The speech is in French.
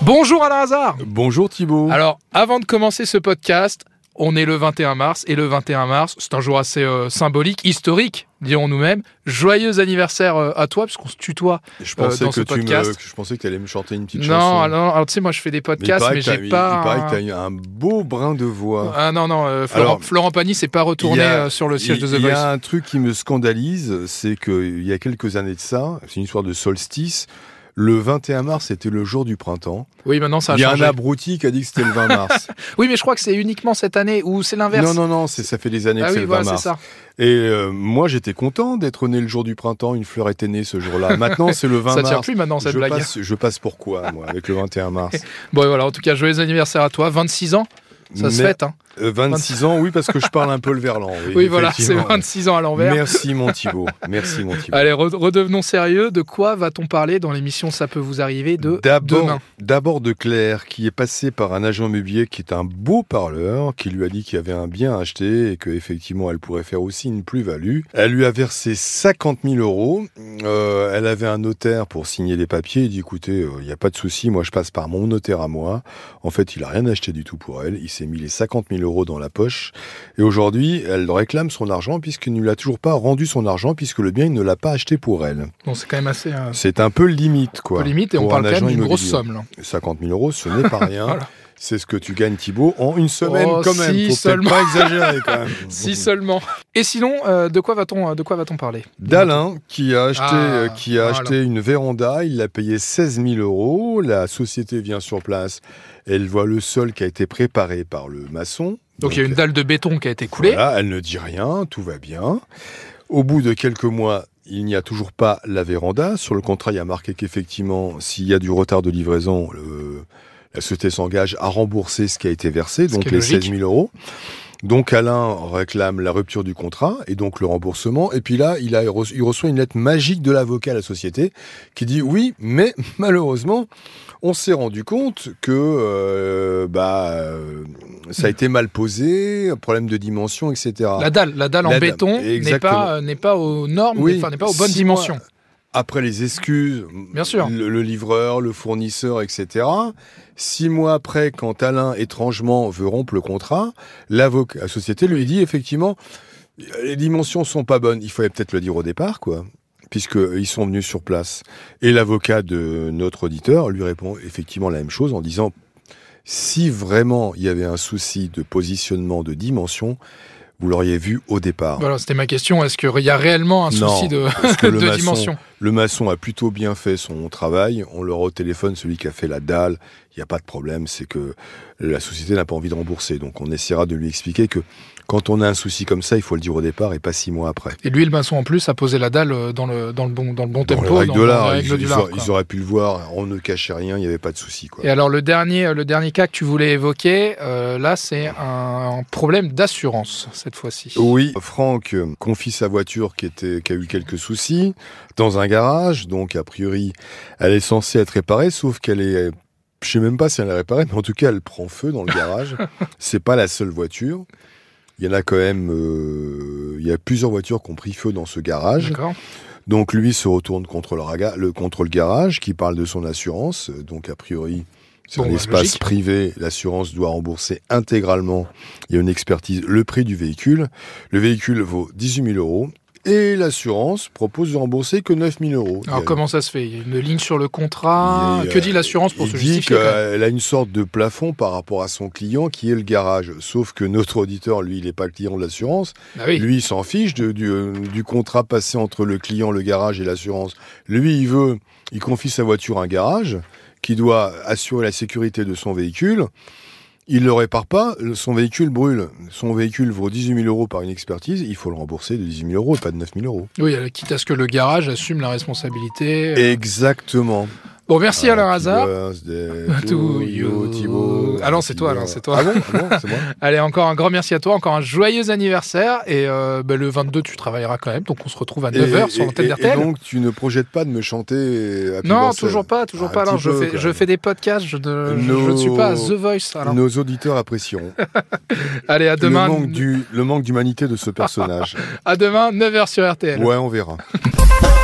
Bonjour Alain Hazard. Bonjour Thibaut. Alors, avant de commencer ce podcast, on est le 21 mars, et le 21 mars, c'est un jour assez symbolique, historique, dirons nous-mêmes. Joyeux anniversaire à toi, puisqu'on se tutoie dans ce podcast. Je pensais que tu allais me chanter une petite chanson. Non, alors tu sais, moi je fais des podcasts, mais j'ai pas... Il paraît que tu as un beau brin de voix. Ah non, Florent Pagny s'est pas retourné sur le siège de The Voice. Il y a un truc qui me scandalise, c'est qu'il y a quelques années de ça, c'est une histoire de solstice. Le 21 mars, c'était le jour du printemps. Oui, maintenant ça a changé. Il y a un abruti qui a dit que c'était le 20 mars. Oui, mais je crois que c'est uniquement cette année, ou c'est l'inverse. Non, ça fait des années que c'est le 20 mars. C'est ça. Et moi, j'étais content d'être né le jour du printemps. Une fleur était née ce jour-là. Maintenant, c'est le 20 mars. Ça tient plus maintenant, cette blague. Je passe pour quoi, moi, avec le 21 mars? Bon, voilà, en tout cas, joyeux anniversaire à toi. 26 ans, ça se fête, hein. 26 ans, oui, parce que je parle un peu le verlan. Oui, voilà, c'est 26 ans à l'envers. Merci mon Thibaut. Allez, redevenons sérieux. De quoi va-t-on parler dans l'émission Ça peut vous arriver de demain? D'abord de Claire, qui est passée par un agent immobilier qui est un beau parleur, qui lui a dit qu'il y avait un bien à acheter et qu'effectivement, elle pourrait faire aussi une plus-value. Elle lui a versé 50 000 euros. Elle avait un notaire pour signer les papiers. Il dit, écoutez, il n'y a pas de souci, moi je passe par mon notaire à moi. En fait, il n'a rien acheté du tout pour elle. Il s'est mis les 50 000 euros dans la poche. Et aujourd'hui, elle réclame son argent puisqu'il ne lui a toujours pas rendu son argent puisque le bien, il ne l'a pas acheté pour elle. Bon, c'est quand même assez... C'est un peu limite, quoi. Un peu limite, et on parle quand même d'une grosse somme, là. 50 000 euros, ce n'est pas rien. Voilà. C'est ce que tu gagnes, Thibaut, en une semaine, quand même. Faut peut-être pas exagérer, quand même. Si seulement. Et sinon, de quoi va-t-on parler? D'Alain, qui a acheté une véranda. Il l'a payé 16 000 euros. La société vient sur place. Elle voit le sol qui a été préparé par le maçon. Donc il y a une dalle de béton qui a été coulée. Voilà, elle ne dit rien, tout va bien. Au bout de quelques mois, il n'y a toujours pas la véranda. Sur le contrat, il y a marqué qu'effectivement, s'il y a du retard de livraison, la société s'engage à rembourser ce qui a été versé, donc les 16 000 euros. Donc Alain réclame la rupture du contrat et donc le remboursement. Et puis là, il reçoit une lettre magique de l'avocat à la société qui dit oui, mais malheureusement, on s'est rendu compte que ça a été mal posé, un problème de dimension, etc. La dalle en béton n'est pas aux normes, n'est pas aux bonnes dimensions. Après les excuses, bien sûr, le livreur, le fournisseur, etc. 6 mois après, quand Alain, étrangement, veut rompre le contrat, l'avocat, la société lui dit effectivement, les dimensions sont pas bonnes. Il fallait peut-être le dire au départ, quoi, puisqu'ils sont venus sur place. Et l'avocat de notre auditeur lui répond effectivement la même chose en disant, si vraiment il y avait un souci de positionnement, de dimension, vous l'auriez vu au départ. Voilà, c'était ma question. Est-ce qu'il y a réellement un souci de dimension? Le maçon a plutôt bien fait son travail. On leur au téléphone, celui qui a fait la dalle. Il n'y a pas de problème, c'est que la société n'a pas envie de rembourser. Donc on essaiera de lui expliquer que quand on a un souci comme ça, il faut le dire au départ et pas 6 mois après. Et lui, le maçon, en plus, a posé la dalle dans le bon tempo, dans la règle de l'art. Ils auraient pu le voir, on ne cachait rien, il n'y avait pas de souci, quoi. Et alors, le dernier cas que tu voulais évoquer, là, c'est un problème d'assurance, cette fois-ci. Oui, Franck confie sa voiture qui a eu quelques soucis dans un garage. Donc, a priori, elle est censée être réparée, sauf qu'elle est... Je sais même pas si elle est réparée, mais en tout cas, elle prend feu dans le garage. C'est pas la seule voiture. Il y en a quand même... il y a plusieurs voitures qui ont pris feu dans ce garage. D'accord. Donc lui se retourne contre le garage, qui parle de son assurance. Donc a priori, c'est un espace privé. L'assurance doit rembourser intégralement. Il y a une expertise. Le prix du véhicule. Le véhicule vaut 18 000 euros. Et l'assurance propose de rembourser que 9 000 euros. Alors comment ça se fait? Il y a une ligne sur le contrat. Que dit l'assurance pour se justifier? Il dit qu'elle a une sorte de plafond par rapport à son client qui est le garage. Sauf que notre auditeur, lui, il n'est pas le client de l'assurance. Ah oui. Lui, il s'en fiche du contrat passé entre le client, le garage et l'assurance. Lui, il confie sa voiture à un garage qui doit assurer la sécurité de son véhicule. Il ne le répare pas, son véhicule brûle. Son véhicule vaut 18 000 euros par une expertise, il faut le rembourser de 18 000 euros et pas de 9 000 euros. Oui, quitte à ce que le garage assume la responsabilité. Exactement. Bon, merci Alain Hazard. To you, Thibaut. Ah non, c'est toi, c'est toi. Ah bon, c'est moi. Allez, encore un grand merci à toi, encore un joyeux anniversaire. Et le 22, tu travailleras quand même, donc on se retrouve à 9h sur l'antenne d'RTL. Et donc, tu ne projettes pas de me chanter Happy Non, Birthday. toujours pas. Alors, je fais des podcasts, je ne suis pas à The Voice. Alors. Nos auditeurs apprécieront. Allez, à demain. Le manque d'humanité de ce personnage. À demain, 9h sur RTL. Ouais, on verra.